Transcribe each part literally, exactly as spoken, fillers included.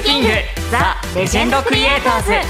キングザ・レジェンドクリエイターズ。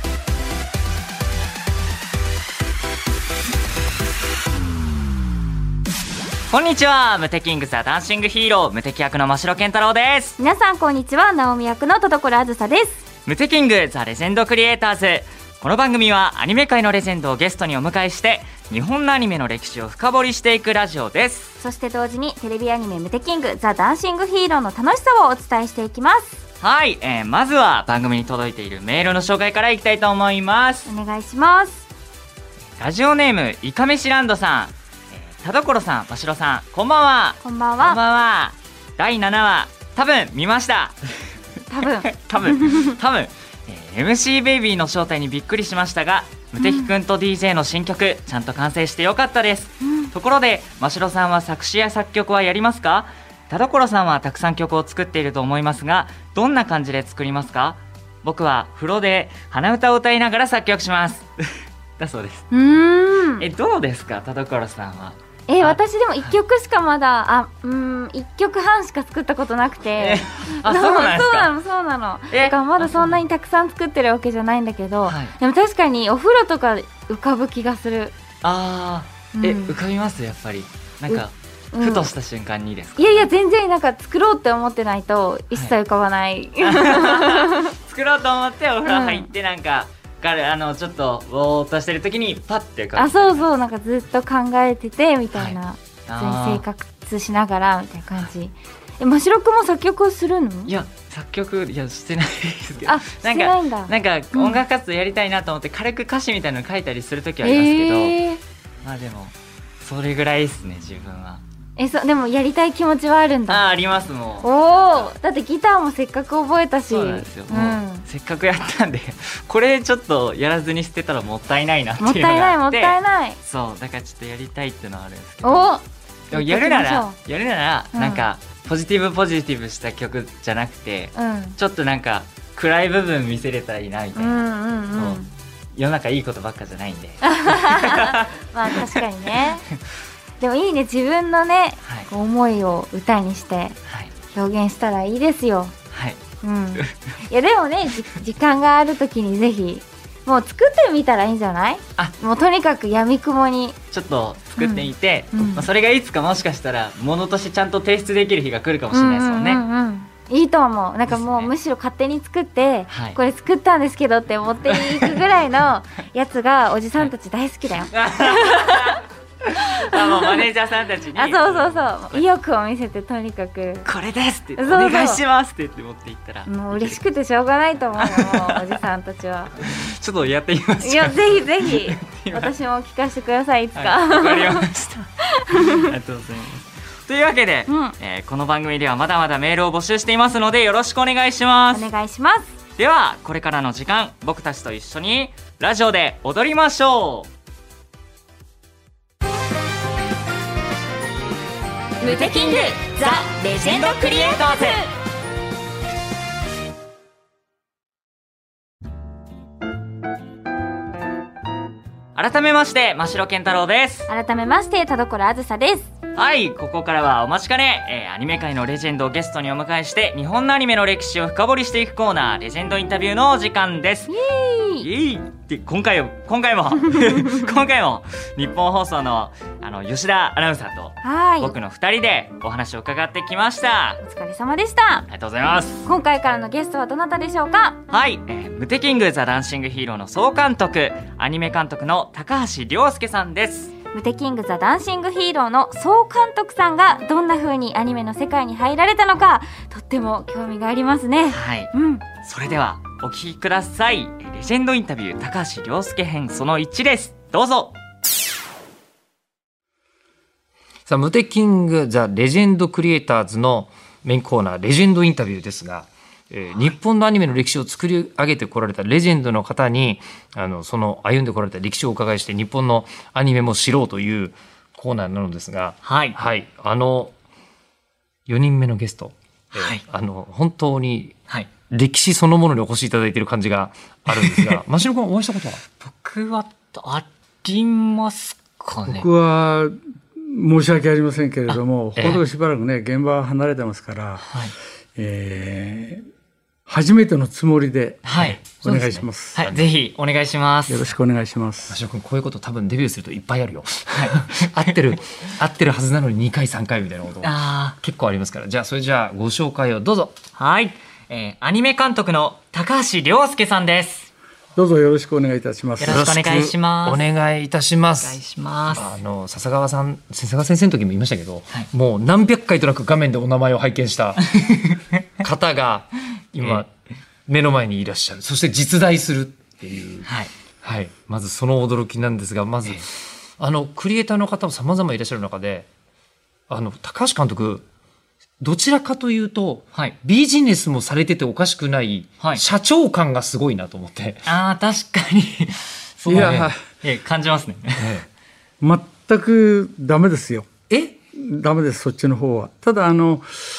こんにちは、ムテキングザダンシングヒーロー無敵役の真城健太郎です。 皆さんこんにちは、直美役の戸所あずさです。 ムテキングザ・レジェンドクリエイターズ。この番組はアニメ界のレジェンドをゲストにお迎えして日本のアニメの歴史を深掘りしていくラジオです。 そして同時にテレビアニメムテキングザ・ダンシングヒーローの楽しさをお伝えしていきます。 はい、えー、まずは番組に届いているメールの紹介からいきたいと思います。 お願いします。 ラジオネームいかめしランドさん、田所さん、真城さん、こんばんは。 こんばんは。 こんばんは。だいななわ多分見ました。 多分多分多分、えー、エムシー ベイビーの正体にびっくりしましたが、無敵くんと ディージェー の新曲ちゃんと完成してよかったです、うん、ところで真城さんは作詞や作曲はやりますか？田所さんはたくさん曲を作っていると思いますが、どんな感じで作りますか？僕は風呂で鼻歌を歌いながら作曲しますだそうです。 うーん、 えどうですか田所さんは？ え私でもいっきょくしかまだあうんいっきょくはんしか作ったことなくて、 あそうなんですか。 そうなのそうなの。だからまだそんなにたくさん作ってるわけじゃないんだけど、 はい、 でも確かにお風呂とか浮かぶ気がする。 あー、え、うん、浮かびますやっぱりなんか、うん、ふとした瞬間にですか？ いやいや全然なんか作ろうって思ってないと一切浮かばない、 はい、作ろうと思ってお風呂入ってなんか、うんあのちょっとぼーっとしてる時にパッて浮かぶ。 あそうそう、なんかずっと考えててみたいな、はい、生活しながらみたいな感じ。え真城くんも作曲をするの？ いや作曲いやしてないですけど、 あしてないんだ。 なんか音楽活動やりたいなと思って軽く歌詞みたいなの書いたりする時はありますけど、えー、まあでもそれぐらいですね自分は。 えそでもやりたい気持ちはあるんだ。 あありますもう。 おお、だってギターもせっかく覚えたし。 そうなんですよ、うん、もうせっかくやったんでこれちょっとやらずに捨てたらもったいないなっていうのがあって、 もったいないもったいない。 そうだからちょっとやりたいっていうのはあるんですけど、 おでもやるならやるなら、うん、なんかポジティブポジティブした曲じゃなくて、うん、ちょっとなんか暗い部分見せれたらいいなみたいな、うんうんうん、世の中いいことばっかじゃないんでまあ確かにねでもいいね、自分のね、はい、思いを歌にして表現したらいいですよ。 はい、 うん、いやでもね時間がある時にぜひもう作ってみたらいいんじゃない？あもうとにかくやみくもにちょっと作ってみて、うんうんまあ、それがいつかもしかしたらものとしてちゃんと提出できる日が来るかもしれないですもんね。うんうんうんうん、 いいと思う。なんかもうむしろ勝手に作って、はい、これ作ったんですけどって持っていくぐらいのやつがおじさんたち大好きだよあもうマネージャーさんたちにあそうそうそう意欲を見せてとにかくこれですってお願いしますって言って持っていったらもう嬉しくてしょうがないと思うよもうおじさんたちはちょっとやってみます。 いやぜひぜひ私も聞かせてくださいいつか。 わ、はい、かりましたありがとうございますというわけで、うんえー、この番組ではまだまだメールを募集していますのでよろしくお願いします。 お願いします。 ではこれからの時間僕たちと一緒にラジオで踊りましょう。 ムテキングザ・レジェンドクリエイターズ。 改めまして真城健太郎です。 改めまして田所あずさです。 はい、ここからはお待ちかね、えー、アニメ界のレジェンドをゲストにお迎えして日本のアニメの歴史を深掘りしていくコーナーレジェンドインタビューのお時間です。 イエーイイエーイで今回今回も今回も日本放送のあの吉田アナウンサーと僕のふたりでお話を伺ってきました。 お疲れ様でした。 ありがとうございます。 今回からのゲストはどなたでしょうか？ はい、えー、ムテキングザ・ダンシングヒーローの総監督アニメ監督の高橋涼介さんです。 ムテキングザ・ダンシングヒーローの総監督さんがどんな風にアニメの世界に入られたのかとっても興味がありますね。 はい、 うん、 それではお聞きください。レジェンドインタビュー高橋涼介編そのいちです。どうぞ。 さあムテキングザ・レジェンドクリエイターズのメインコーナーレジェンドインタビューですが、えー、日本のアニメの歴史を作り上げてこられたレジェンドの方にあのその歩んでこられた歴史をお伺いして日本のアニメも知ろうというコーナーなのですが、 はい、 はい、あのよにんめのゲスト、 はい、 あの本当に歴史そのものにお越しいただいている感じがあるんですが真城君お会いしたことは？ 僕はありますかね。 僕は申し訳ありませんけれども、ほどしばらくね現場は離れてますから、はい、えー、 初めてのつもりで、 はい、 お願いします。 はい、ぜひお願いします。 よろしくお願いします。 真城君、こういうこと多分デビューするといっぱいあるよ。はい、合ってる合ってるはずなのににかいさんかいみたいなことあ結構ありますから。じゃあそれじゃあご紹介をどうぞ。 はい、えー、アニメ監督の高橋亮介さんです。 どうぞよろしくお願いいたします。 よろしくお願いします。 お願いいたします。 お願いします。 あの笹川さん、笹川先生の時も言いましたけど、はい、もう何百回となく画面でお名前を拝見した方が今目の前にいらっしゃる。そして実在するっていう、はいはい、まずその驚きなんですが、まずあのクリエイターの方も様々いらっしゃる中で、あの高橋監督どちらかというと、はい、ビジネスもされてておかしくない、はい、社長感がすごいなと思って。ああ、確かにそう、ね、いや、え感じますね。 全くダメですよ。 えダメです、そっちの方は。ただあの、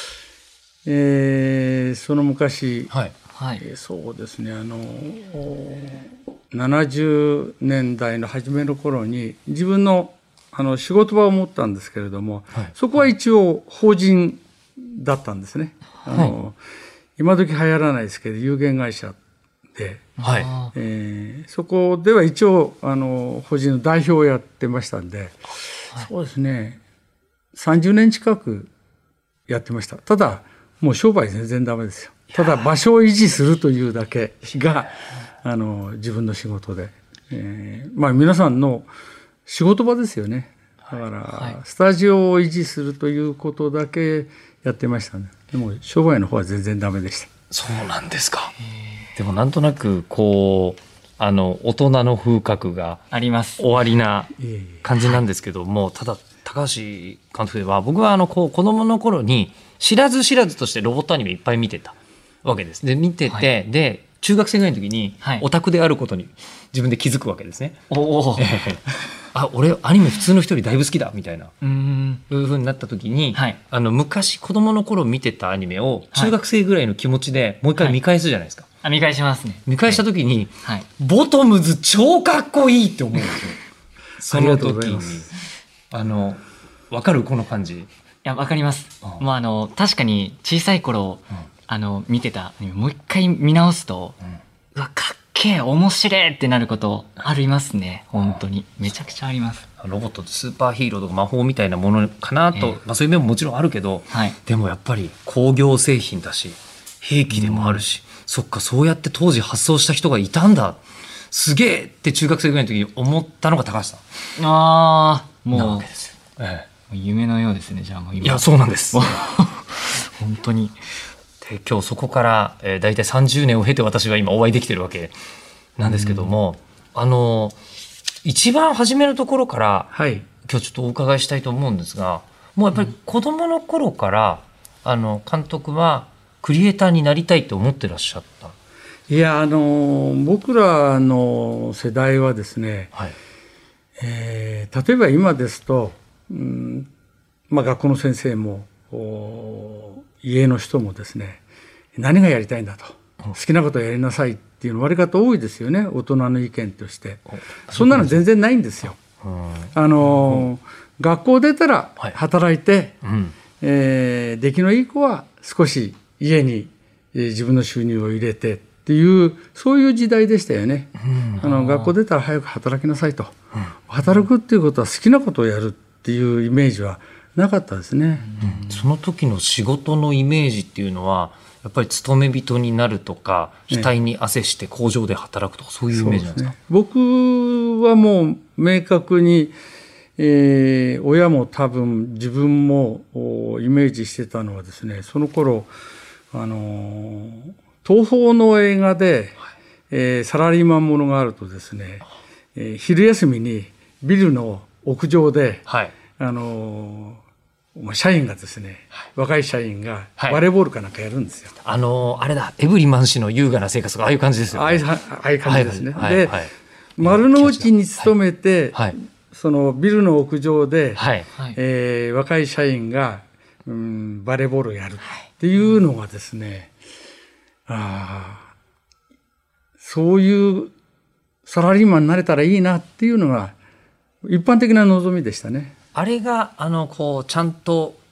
えー、その昔、はいはいえー、そうですね、あのななじゅうねんだいの初めの頃に自分のあの仕事場を持ったんですけれども、はい、そこは一応法人だったんですね。あの、はい、今時流行らないですけど有限会社で、はいえー、そこでは一応あの法人の代表をやってましたんで、はい、そうですねさんじゅうねん近くやってました。ただもう商売全然ダメですよ。ただ場所を維持するというだけがあの自分の仕事で、えー、まあ皆さんの仕事場ですよね。だから、はい、スタジオを維持するということだけやってましたね。でも商売の方は全然ダメでした。 そうなんですか。でもなんとなくこうあの大人の風格があります終わりな感じなんですけども、ただ高橋監督では僕はあのこう子供の頃に知らず知らずとしてロボットアニメいっぱい見てたわけです。で見てて、はい、で中学生ぐらいの時にオタクであることに自分で気づくわけですね。はい、おおあ、俺アニメ普通の人よりだいぶ好きだみたいなうんいう風になった時に、はい、あの昔子供の頃見てたアニメを中学生ぐらいの気持ちでもう一回見返すじゃないですか。はい、 あ見返しますね。 見返した時に、はい、ボトムズ超かっこいいって思うんですよ。その時にあの分かるこの感じ。いや分かります。うん、もうあの確かに小さい頃、うん、あの見てたもう一回見直すと、うん、うわかっけえ面白いってなることありますね。本当にめちゃくちゃあります。 ロボットってスーパーヒーローとか魔法みたいなものかなと、えーまあ、そういう面ももちろんあるけど、はい、でもやっぱり工業製品だし兵器でもあるし、うん、そっかそうやって当時発想した人がいたんだすげえって中学生ぐらいの時に思ったのが高橋さん。 ああもうなわけですよ、ええ、夢のようですね。じゃあもう今いやそうなんです本当に。 で今日そこから、えー、大体さんじゅうねんを経て私は今お会いできてるわけなんですけども、うん、あの一番初めのところから、はい、今日ちょっとお伺いしたいと思うんですが、もうやっぱり子どもの頃から、うん、あの監督はクリエイターになりたいと思ってらっしゃった？ いやあの僕らの世代はですね、はいえー、例えば今ですと、うんまあ、学校の先生も家の人もですね何がやりたいんだと、好きなことをやりなさいっていうの割り方多いですよね、大人の意見として。そんなの全然ないんですよ。あの学校出たら働いて、はいうんえー、出来のいい子は少し家に自分の収入を入れてっていうそういう時代でしたよね。うん、あの学校出たら早く働きなさいと、うん、働くっていうことは好きなことをやるっていうイメージはなかったですね。 うん、その時の仕事のイメージっていうのはやっぱり勤め人になるとか額に汗して工場で働くとか、そういうイメージなんですか？ そうですね、僕はもう明確に、えー、親も多分自分もイメージしてたのはですね、その頃あの東宝の映画で、はいえー、サラリーマンものがあるとですね、えー、昼休みにビルの屋上で、はい、あの社員がですね、はい、若い社員がバレーボールかなんかやるんですよ。 はい、あのあれだエブリマン氏の優雅な生活がああいう感じですよね。 ああいう感じですね。はい、で、はい、丸の内に勤めて、はい、そのビルの屋上で、はいえー、若い社員が、うん、バレーボールをやるっていうのがですね、あそういうサラリーマンになれたらいいなっていうのが一般的な望みでしたね。 あれがあのこうちゃんと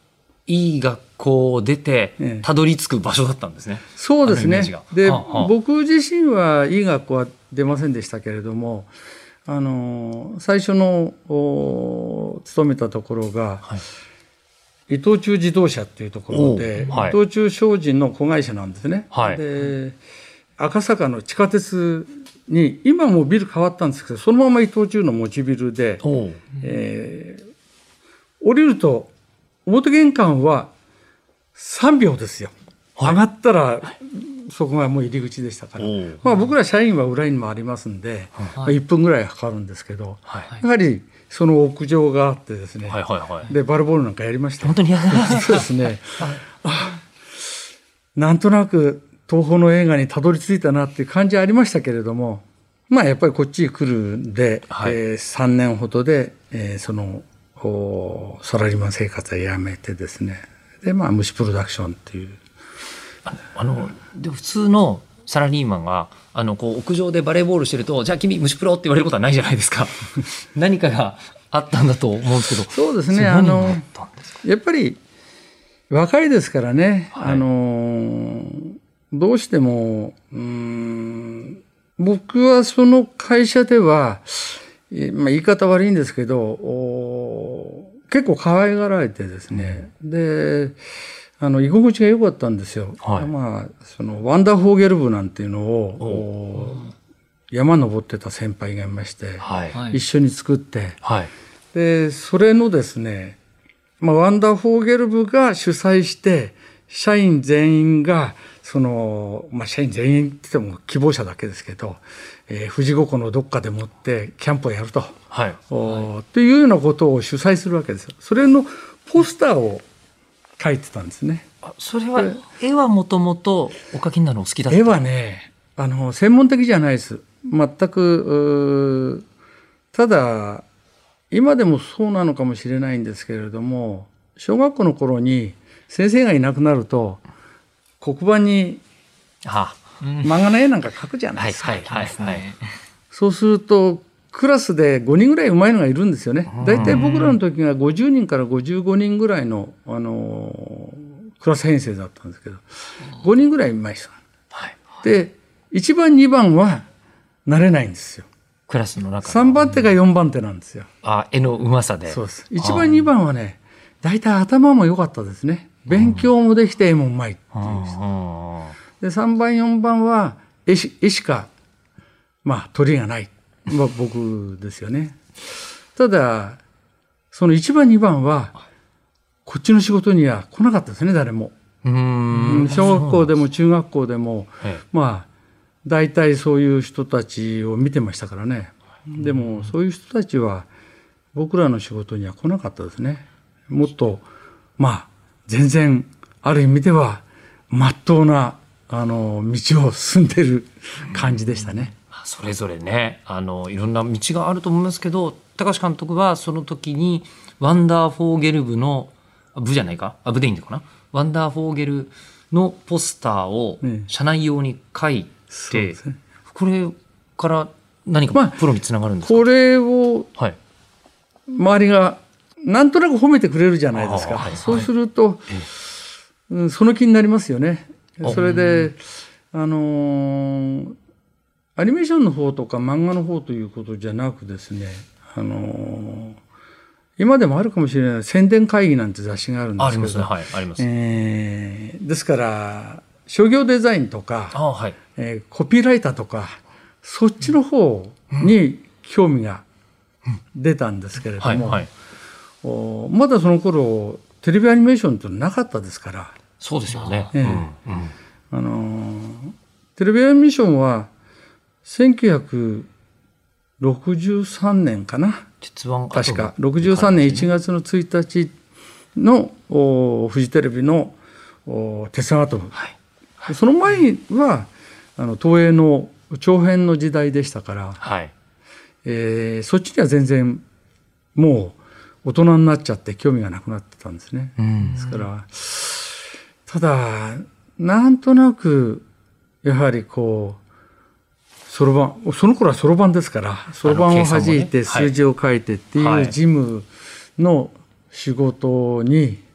いい学校を出てたどり着く場所だったんですね。 そうですね。で、 はあはあ、 僕自身はいい学校は出ませんでしたけれども、あの最初の勤めたところが、はい、伊藤忠自動車っていうところで、はい、伊藤忠商事の子会社なんですね。はい、で赤坂の地下鉄に今もうビル変わったんですけど、そのまま伊藤忠の持ちビルで、えー、降りると表玄関はさんびょうですよ。はい、上がったらそこがもう入り口でしたから、まあ、僕ら社員は裏にもありますんで、はい、まあ、いっぷんぐらいかかるんですけど、はい、やはりその屋上があってですね、はいはいはい、でバレーボールなんかやりました。 本当にやりました。 そうですね。あ、なんとなく東宝の映画にたどり着いたなっていう感じはありましたけれども、まあやっぱりこっちに来るんで、はい、えー、さんねんほどで、えー、そのサラリーマン生活はやめてですね、でまあ虫プロダクションっていう、 ああので普通のサラリーマンがあのこう屋上でバレーボールしてると、じゃあ君虫プロって言われることはないじゃないですか。何かがあったんだと思うんですけど。 そうですね。あのやっぱり若いですからね、はい、あのどうしてもうーん僕はその会社では、まあ、言い方悪いんですけど結構可愛がられてですね、うん、であの居心地が良かったんですよ。はい、まあ、そのワンダーフォーゲル部なんていうのを山登ってた先輩がいまして、はい、一緒に作って、はい、でそれのですね、まあ、ワンダーフォーゲル部が主催して社員全員がその、まあ、社員全員って言っても希望者だけですけど、えー、富士五湖のどっかでもってキャンプをやると、はい、おっていうようなことを主催するわけですよ。それのポスターを書いてたんですね。 あ、それは絵はもともとお描きになるのお好きだった？ 絵はね、あの専門的じゃないです。全くただ今でもそうなのかもしれないんですけれども、小学校の頃に先生がいなくなると黒板に漫画の絵なんか描くじゃないですか。そうするとクラスでごにんぐらい上手いのがいるんですよね。だいたい僕らの時がごじゅうにんからごじゅうごにんぐらいの、あのクラス編成だったんですけど、ごにんぐらい上手い人、はい、でいちばんにばんはなれないんですよ。 クラスの中さんばん手がよんばん手なんですよ。 あ、絵のうまさで。 そうです。いちばんにばんはね、だいたい頭も良かったですね。勉強もできて絵もうまいっていう人で、さんばんよんばんは絵し、絵しかまあ取りがない、まあ、僕ですよね。ただそのいちばんにばんはこっちの仕事には来なかったですね、誰も。うーん、小学校でも中学校でも、まあ大体そういう人たちを見てましたからね。でもそういう人たちは僕らの仕事には来なかったですね。もっとまあ全然ある意味では真っ当なあの道を進んでいる感じでしたね。 それぞれね、あのいろんな道があると思いますけど、高橋監督はその時にワンダーフォーゲル部の部じゃないか、あ、部でいいんだかな、ワンダーフォーゲルのポスターを社内用に書いて、ね、ね、これから何かプロにつながるんですか？ まあ、これを周りがなんとなく褒めてくれるじゃないですか。はい、そうすると、うん、その気になりますよね。それであのーアニメーションの方とか漫画の方ということじゃなくですね、あのー、今でもあるかもしれない宣伝会議なんて雑誌があるんですけど、ありますね、はい、あります。えー、ですから商業デザインとか、はい、えー、コピーライターとかそっちの方に興味が出たんですけれども、うんうん、はいはい、おまだその頃テレビアニメーションってなかったですから。 そうですよね。 えーうんうん、あのー、テレビアニメーションはせんきゅうひゃくろくじゅうさんねんかな、確かろくじゅうさんねんいちがつのついたちのフジテレビの鉄腕アトム、はいはい、その前はあの東映の長編の時代でしたから、はい、えー、そっちには全然もう大人になっちゃって興味がなくなってたんですね。ですからただなんとなくやはりこうそろばん、その頃はそろばんですからそろばんを弾いて数字を書いてっていう事務の仕事に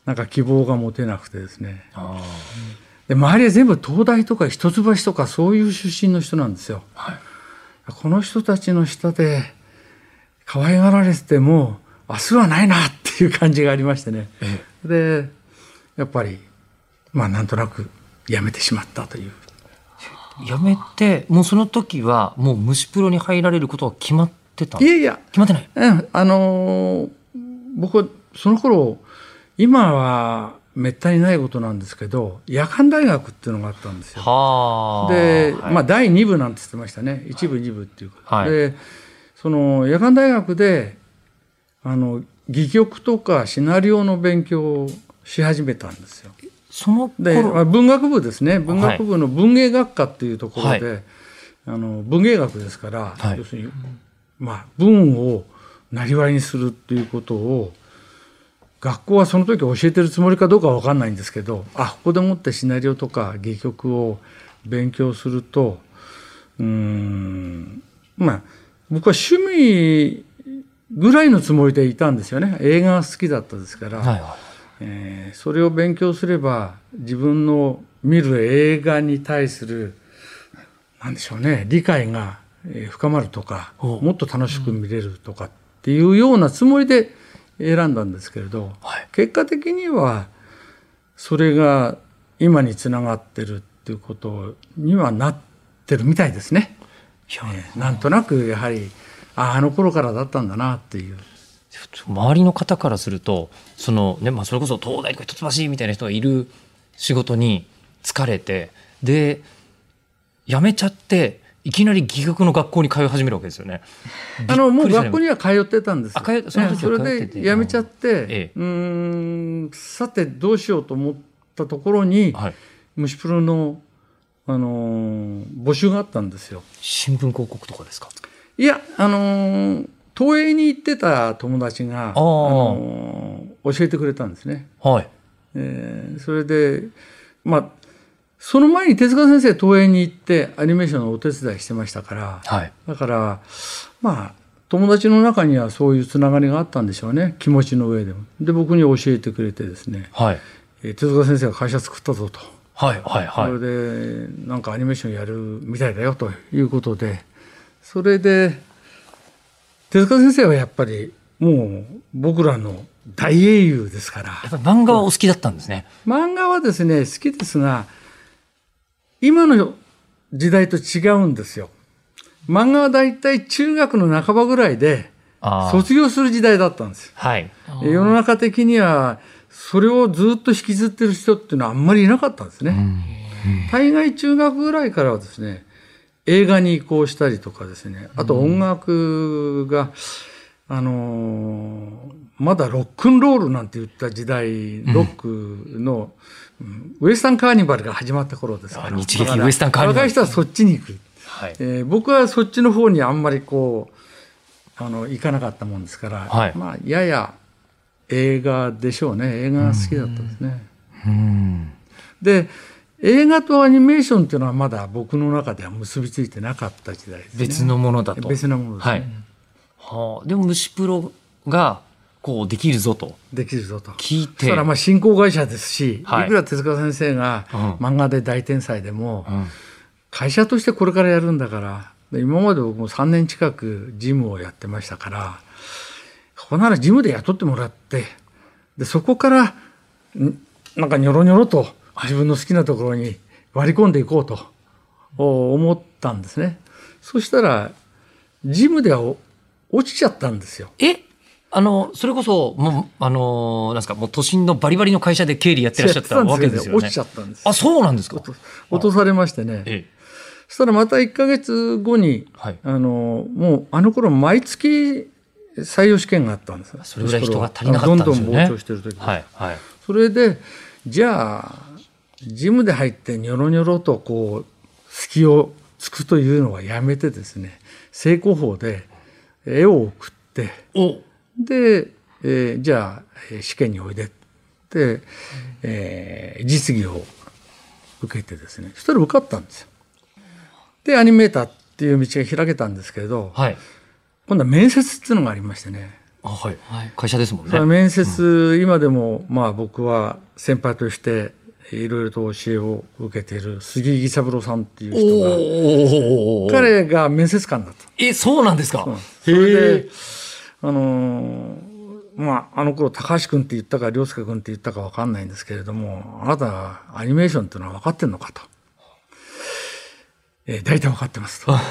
なんか希望が持てなくてですね。あで周りは全部東大とか一橋とかそういう出身の人なんですよ。はい、この人たちの下で可愛がられてても明日はないなっていう感じがありましてね。ええ、でやっぱりまあなんとなくやめてしまったという。 やめてもうその時はもう虫プロに入られることは決まってたんですか？ いやいや決まってない。 うん、あのー、僕はその頃今はめったにないことなんですけど夜間大学っていうのがあったんですよ。はで、はい、まあだいに部なんて言ってましたね。いち部に部っていうか、はい、でその夜間大学であの戯曲とかシナリオの勉強をし始めたんですよ。 そので、まあ、文学部ですね。文学部の文芸学科っていうところで、はい、あの文芸学ですから、はい、要するに、まあ、文をなりわいにするっていうことを学校はその時教えてるつもりかどうかは分かんないんですけど、あここでもってシナリオとか戯曲を勉強するとうーんまあ僕は趣味ぐらいのつもりでいたんですよね。映画が好きだったですから、はいはいえー、それを勉強すれば自分の見る映画に対するなんでしょうね理解が深まるとかもっと楽しく見れるとかっていうようなつもりで選んだんですけれど、はい、結果的にはそれが今につながってるっていうことにはなってるみたいですね。いや、えー、なんとなくやはり あ, あの頃からだったんだなっていう。 周りの方からするとその、ねまあ、それこそ東大とか一橋みたいな人がいる仕事に疲れてで辞めちゃっていきなり戯曲の学校に通い始めるわけですよね。 あのもう学校には通ってたんですよ。 あ通その時は通ってて、 それで辞めちゃって、ええ、うーんさてどうしようと思ったところに、はい、虫プロの、あのー、募集があったんですよ。 新聞広告とかですか？ いやあのー東映に行ってた友達が、あのー、教えてくれたんですね。はいえー、それで、まあ、その前に手塚先生東映に行ってアニメーションのお手伝いしてましたから、はい、だからまあ友達の中にはそういうつながりがあったんでしょうね気持ちの上でも。で僕に教えてくれてですね、はいえー、手塚先生が会社作ったぞと、はいはいはい、それでなんかアニメーションやるみたいだよということでそれで手塚先生はやっぱりもう僕らの大英雄ですから。やっぱり漫画はお好きだったんですね。 漫画はですね好きですが今の時代と違うんですよ。漫画はだいたい中学の半ばぐらいで卒業する時代だったんですよ。はい、世の中的にはそれをずっと引きずってる人っていうのはあんまりいなかったんですね。うんうん、大概中学ぐらいからはですね映画に移行したりとかですねあと音楽が、あのー、まだロックンロールなんて言った時代ロックの、うん、ウエスタンカーニバルが始まった頃ですから日劇ウエスタンカーニバル若い人はそっちに行く、はいえー、僕はそっちの方にあんまりこうあの行かなかったもんですから、はいまあ、やや映画でしょうね。映画が好きだったですね。うんうんで映画とアニメーションっていうのはまだ僕の中では結びついてなかった時代ですね。 別のものだと。 別のものですね。はいはあ、でも虫プロがこうできるぞとできるぞと聞いて、 そしたらまあ新興会社ですし、はい、いくら手塚先生が漫画で大天才でも、うん、会社としてこれからやるんだから今まで僕もさんねん近く事務をやってましたからここなら事務で雇ってもらってでそこからなんかニョロニョロと自分の好きなところに割り込んでいこうと思ったんですね。そしたら事務では落ちちゃったんですよ。 えあのそれこそもうあのなんですかもう都心のバリバリの会社で経理やってらっしゃったわけですよね。 落ちちゃったんです。 あそうなんですか。 落とされましてね。ええ、そしたらまたいっかげつごに、はい、あのもうあの頃毎月採用試験があったんです。 それぐらい人が足りなかったんですよね。 どんどん膨張してる時、はいはい、それでじゃあ事務で入ってニョロニョロとこう隙をつくというのはやめてですね正攻法で絵を送っておで、えー、じゃあ試験においでって、えー、実技を受けてですねそしたら受かったんですよ。でアニメーターっていう道が開けたんですけれど、はい、今度は面接っていうのがありましてねあ、はい、会社ですもんね。 その面接、うん、今でもまあ僕は先輩としていろいろと教えを受けている杉木三郎さんっていう人が、彼が面接官だった。 え、そうなんですか。 それであのーまあ、あの頃高橋君って言ったか涼介君って言ったか分かんないんですけれども、あなたはアニメーションっていうのは分かってんのかと、えー、大体分かってますと、えー、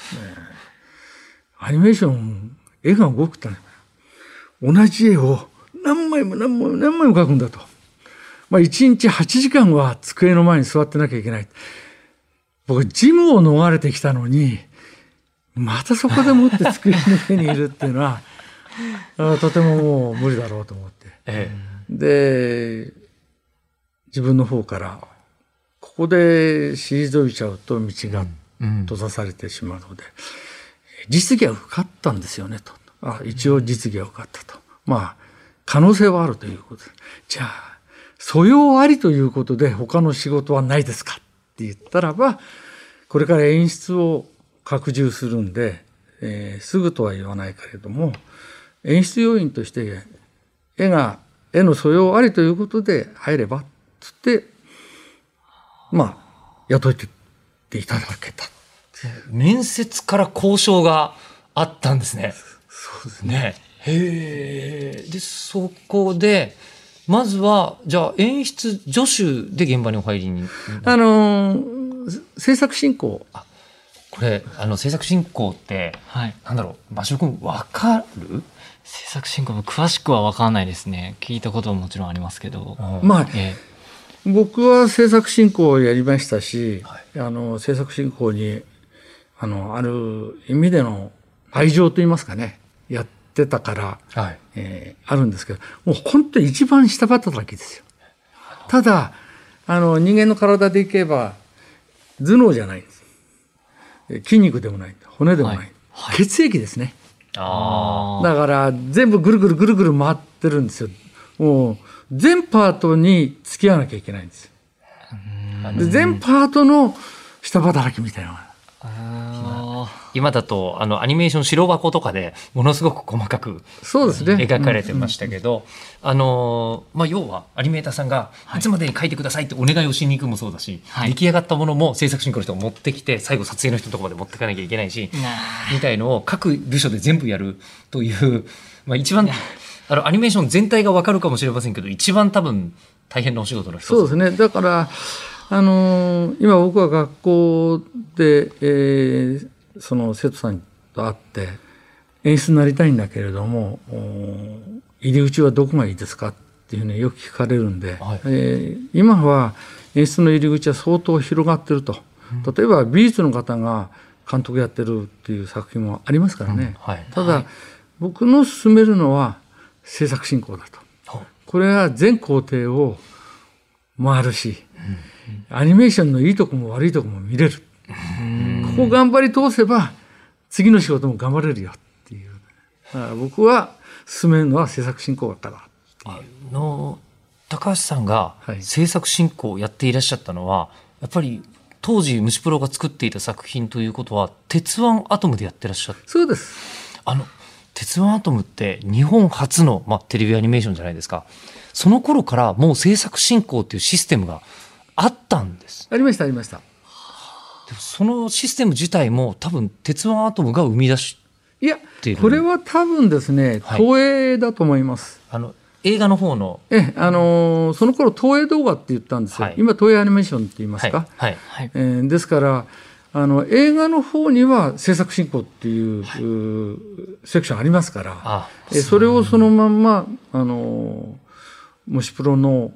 アニメーション絵が動くってね、同じ絵を何枚も何枚も何枚も描くんだと、まあ、いちにちはちじかんは机の前に座ってなきゃいけない。僕ジムを逃れてきたのにまたそこでもって机の上にいるっていうのはとてももう無理だろうと思って、ええ、で自分の方からここで退いちゃうと道が閉ざされてしまうので、うん、実技は受かったんですよねと。あ、一応実技は受かったと、まあ可能性はあるということで、じゃあ素養ありということで他の仕事はないですかって言ったらば、これから演出を拡充するんで、えー、すぐとは言わないけれども演出要員として絵が絵の素養ありということで入ればつってまあ雇っていただけた。 面接から交渉があったんですね。 そうですね。 へえ。でそこでまずはじゃあ演出助手で現場にお入りに。 あの制作進行。 あ、これあの制作進行って、はい、なんだろう、真城君分かる？ 制作進行も詳しくは分かんないですね。聞いたことももちろんありますけど、 うん、まあ、えー、僕は制作進行をやりましたし、はい、あの制作進行にあのある意味での愛情といいますかね、やってたから、はい、えー、あるんですけど、もう本当に一番下働きですよ。ただあの人間の体でいけば頭脳じゃないんです。筋肉でもない、骨でもない、はいはい、血液ですね。あ、だから全部ぐるぐるぐるぐる回ってるんですよ。もう全パートに付き合わなきゃいけないんですよ。で全パートの下働きみたいな。 今だとあのアニメーション白箱とかでものすごく細かく描かれてましたけど、あのまあ要はアニメーターさんがいつまでに描いてくださいってお願いをしに行くもそうだし、はい、出来上がったものも制作進行の人が持ってきて最後撮影の人のところまで持ってかなきゃいけないしみたいのを各部署で全部やるという、まあ、一番あのアニメーション全体が分かるかもしれませんけど一番多分大変なお仕事の一つ。 そうですね。だからあのー、今僕は学校で、えー、その生徒さんと会って演出になりたいんだけれども入り口はどこがいいですかっていうふうによく聞かれるんで、はい、えー、今は演出の入り口は相当広がってると、うん、例えば美術の方が監督やってるっていう作品もありますからね、うん、はい、ただ、はい、僕の勧めるのは制作進行だと、はい、これは全工程を回るし、うん、アニメーションのいいとこも悪いとこも見れる、ここ頑張り通せば次の仕事も頑張れるよっていう。だから僕は進めるのは制作進行学科だっていう。 あの高橋さんが制作進行をやっていらっしゃったのは、はい、やっぱり当時虫プロが作っていた作品ということは鉄腕アトムでやってらっしゃった。 そうです。 あの鉄腕アトムって日本初の、まあ、テレビアニメーションじゃないですか。その頃からもう制作進行っていうシステムがあったんです。 ありましたありました。 そのシステム自体も多分鉄腕アトムが生み出している。 いやこれは多分ですね、はい、東映だと思います。 あの映画の方のえあのー、その頃東映動画って言ったんですよ、はい、今東映アニメーションって言いますか、はいはいえー、ですからあの映画の方には制作進行っていう、はい、うセクションありますから、あえー、それをそのまんまあの虫プロの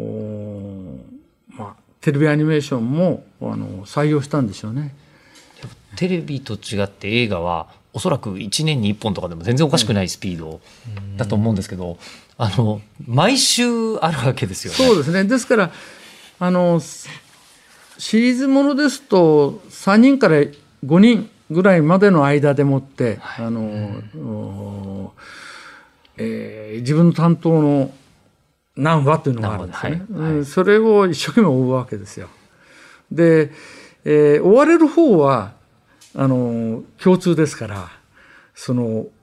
まあテレビアニメーションもあの採用したんでしょうね。 テレビと違って映画はおそらくいちねんにいっぽんとかでも全然おかしくないスピードだと思うんですけど、あの毎週あるわけですよね。 そうですね。ですからあのシリーズものですとさんにんからごにんぐらいまでの間でもって、はい、あの、えー、自分の担当の何話というのがあるんですね、はいはい、それを一生懸命追うわけですよ。で、えー、追われる方はあの共通ですから、その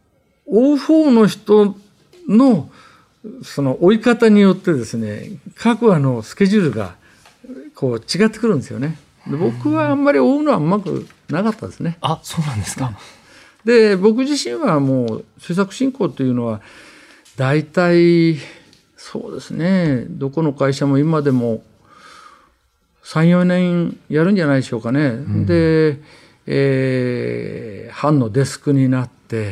追う方の人のその追い方によってですね、各話のスケジュールがこう違ってくるんですよね。で僕はあんまり追うのはうまくなかったですね。 あ、そうなんですか。 で僕自身はもう制作進行というのは大体そうですね、どこの会社も今でもさん、よねんやるんじゃないでしょうかね。うん、で、えー、班のデスクになって、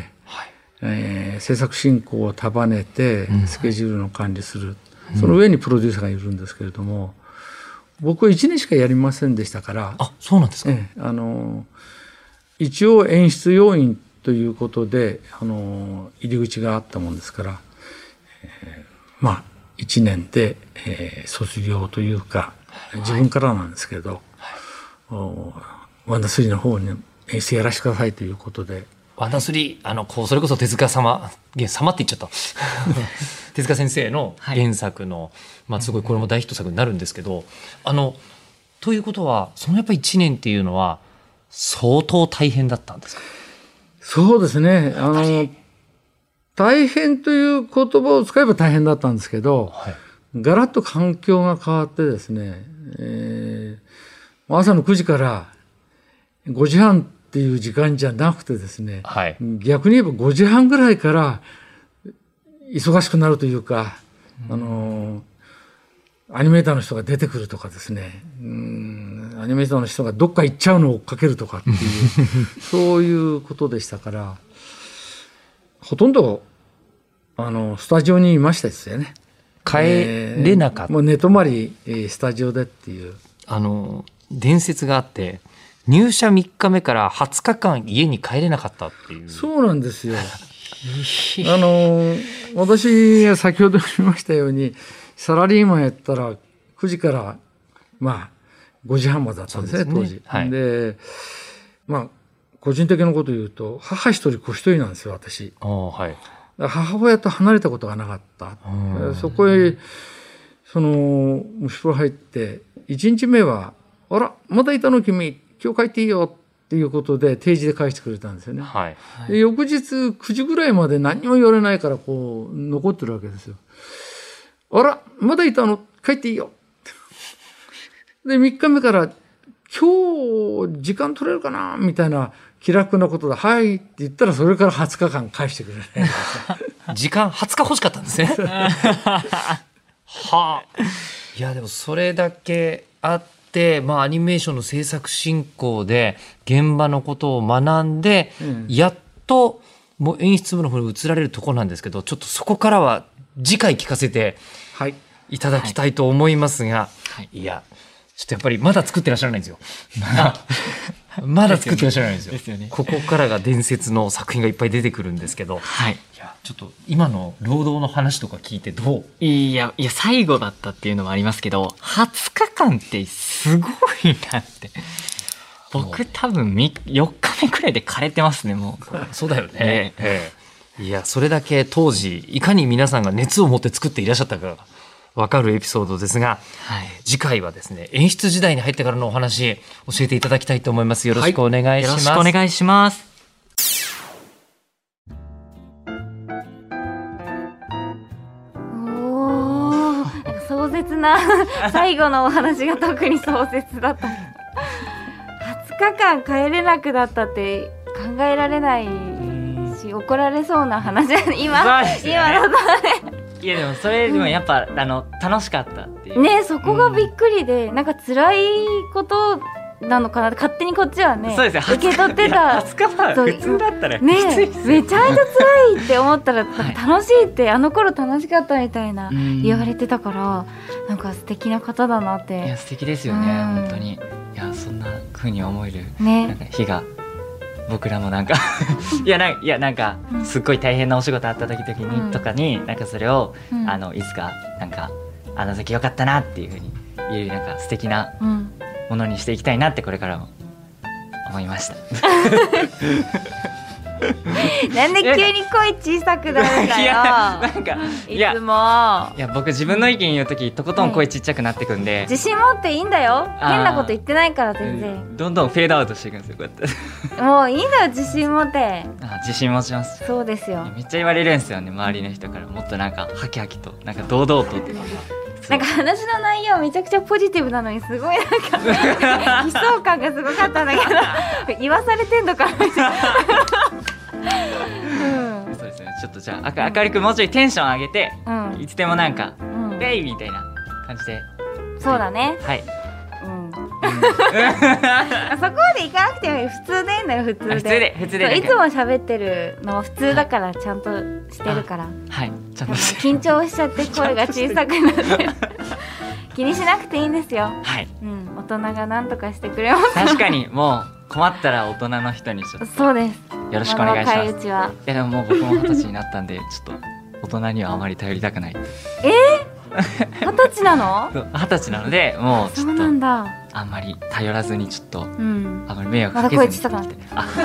はい、えー、制作進行を束ねてスケジュールの管理する、うん、その上にプロデューサーがいるんですけれども、僕はいちねんしかやりませんでしたから。 あ、そうなんですか。 えー、あの一応演出要員ということであの入り口があったもんですから、えー、まあいちねんで、えー、卒業というか自分からなんですけど、はい、ワンダスリーの方に演出やらせてくださいということで。 ワンダスリー、あのこうそれこそ手塚様様って言っちゃった手塚先生の原作の、はい、まあ、すごいこれも大ヒット作になるんですけど、あのということはそのやっぱりいちねんっていうのは相当大変だったんですか？ そうですね、あの大変という言葉を使えば大変だったんですけど、はい、ガラッと環境が変わってですね、えー、朝のくじからごじはんっていう時間じゃなくてですね、はい、逆に言えばごじはんぐらいから忙しくなるというか、うん、あのアニメーターの人が出てくるとかですね、うん、アニメーターの人がどっか行っちゃうのを追っかけるとかっていうそういうことでしたから、ほとんどあのスタジオにいましたですよね。 帰れなかった、 えー、もう寝泊まりスタジオでっていうあの伝説があって、入社みっかめからはつかかん家に帰れなかったっていう。 そうなんですよあの私が先ほど言いましたようにサラリーマンやったらくじからまあごじはんまでだったんですね、当時。はい、でまあ個人的なことを言うと母一人子一人なんですよ私。はい、母親と離れたことがなかった。そこへその虫風呂入っていちにちめはあらまだいたの君今日帰っていいよっていうことで定時で返してくれたんですよね。はい、で翌日くじぐらいまで何にも言われないからこう残ってるわけですよ。あらまだいたの帰っていいよでみっかめから今日時間取れるかなみたいな気楽なことではいって言ったらそれからはつかかん返してくれない時間はつか欲しかったんですねはあ、いやでもそれだけあって、まあ、アニメーションの制作進行で現場のことを学んで、うん、やっともう演出部の方に移られるところなんですけど、ちょっとそこからは次回聞かせていただきたいと思いますが、はいはい、いやちょっとやっぱりまだ作ってらっしゃらないんですよまだ作ってらっしゃらないんですよ。ですよね。ここからが伝説の作品がいっぱい出てくるんですけど、はい、いやちょっと今の労働の話とか聞いてどう？ いやいや最後だったっていうのもありますけど、はつかかんってすごいなって。僕多分よっかめくらいで枯れてますねもう。そうだよね。ええ、いやそれだけ当時いかに皆さんが熱を持って作っていらっしゃったか分かるエピソードですが、はい、次回はですね演出時代に入ってからのお話教えていただきたいと思います。よろしくお願いします。 はい、よろしくお願いします。 おー壮絶な最後のお話が特に壮絶だったはつかかん帰れなくなったって考えられないし怒られそうな話今、ね、今のとねいやでもそれでもやっぱ、うん、あの楽しかったっていうね、そこがびっくりで、うん、なんか辛いことなのかなって勝手にこっちはねそうですよ受け取ってたはつかは普通だったらねめちゃめちゃ辛いって思ったら楽しいってあの頃楽しかったみたいな言われてたからなんか素敵な方だなって。 いや素敵ですよね、うん、本当に。いやそんな風に思える、ね、なんか日が僕らもなんかいやなんいやなんかすっごい大変なお仕事あった時々に、うん、とかになんかそれを、うん、あのいつかなんかあの時よかったなっていう風に言えるなんか素敵なものにしていきたいなってこれからも思いましたなんで急に声小さくなるんだよ。 いやなんかいやいつもいや僕自分の意見言うときとことん声ちっちゃくなってくんで、 自信持っていいんだよ。 あー変なこと言ってないから全然。 どんどんフェードアウトしていくんですよこうやってもういいんだよ、自信持って。 あ自信持ちます。 そうですよ。 めっちゃ言われるんですよね周りの人から。もっとなんかハキハキとなんか堂々ととかなんか話の内容めちゃくちゃポジティブなのにすごいなんか悲壮感がすごかったんだけど言わされてんのかなみたいな。うんそうですね。ちょっとじゃあ明明るくもうちょいテンション上げて、 うんいつでもなんか、 うんベイみたいな感じで、 そうだね。 はい。 うんそこまでいかなくてもいい。普通でいいんだよ、普通で。 あ普通で普通でそういだけつも喋ってるのは普通だからちゃんとしてるから。 はい。ちゃんでもとして。 緊張しちゃって声が小さくなってる。気にしなくていいんですよ。 はい。 うん、大人が何とかしてくれます。 確かにもう困ったら大人の人にちょっそうです。 とよろしくお願いします。 若いうちは。 いやでももう僕も二十歳になったんでちょっと大人にはあまり頼りたくない。 二十歳なの？ そう二十歳なのでもうちそうょっとなんだ。 あんまり頼らずにちょっとうん。 あまり迷惑まかけずに。 だ声小さくなってる。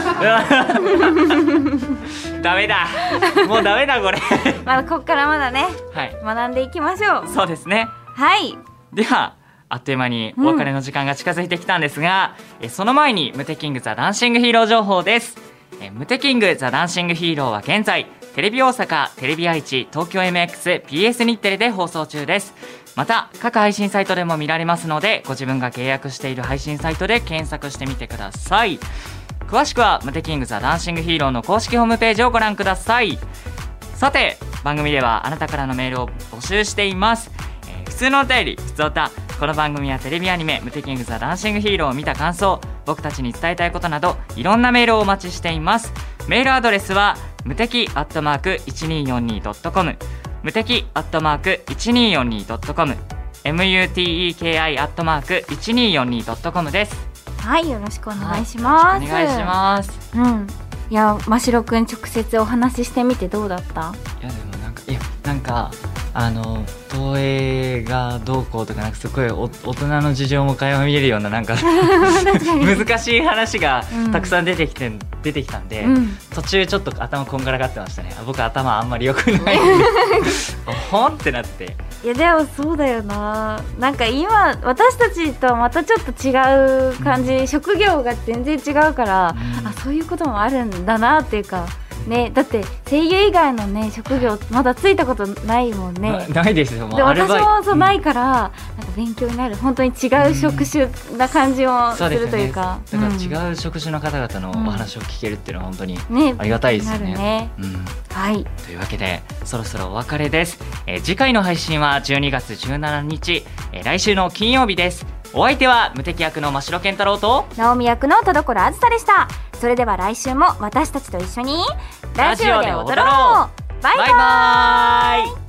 あダメだ。もうダメだこれ。 まだこっからまだね、 はい。 学んでいきましょう。 そうですね。 はい。 ではあっという間にお別れの時間が近づいてきたんですが、えその前にムテキングザ・ダンシングヒーロー情報です。えムテキングザ・ダンシングヒーローは現在テレビ大阪、テレビ愛知、東京 エムエックス、ピーエス 日テレで放送中です。また各配信サイトでも見られますので、ご自分が契約している配信サイトで検索してみてください。詳しくはムテキングザ・ダンシングヒーローの公式ホームページをご覧ください。さて番組ではあなたからのメールを募集しています。えー普通のお便り、普通おた、この番組はテレビアニメムテキングザ・ダンシングヒーローを見た感想、僕たちに伝えたいことなどいろんなメールをお待ちしています。メールアドレスはムテキアットマーク いちにーよんにードットコム、ムテキアットマーク いちにーよんにードットコム、 ムテキアットマーク いちにーよんにードットコム です。 はい、よろしくお願いします。 お願いします。 うん。いや、ましろくん直接お話ししてみてどうだった？ いやでもなんかいやなんかあの東映がどうこうとかなんかすごいお大人の事情も垣間見えるようななんか難しい話がたくさん出てきて、うん、出てきたんで、うん、途中ちょっと頭こんがらがってましたね。僕頭あんまり良くないんでほんってなって。 いやでもそうだよな。なんか今私たちとはまたちょっと違う感じ、うん、職業が全然違うから、うん、あそういうこともあるんだなっていうかね、だって声優以外のね職業まだついたことないもんね。 な, ないですよ。もうでアルバイ私もそうないから、うん、なんか勉強になる。本当に違う職種な感じもするというか、 うん、だから違う職種の方々のお話を聞けるっていうのは本当にありがたいですよね。 ねうん、 はい。 というわけでそろそろお別れです。えー、次回の配信はじゅうにがつじゅうしちにち、えー、来週の金曜日です。お相手は無敵役の真城健太郎と直美役の田所あずさでした。それでは来週も私たちと一緒にラジオで踊ろう。バイバイ。 バイバイ。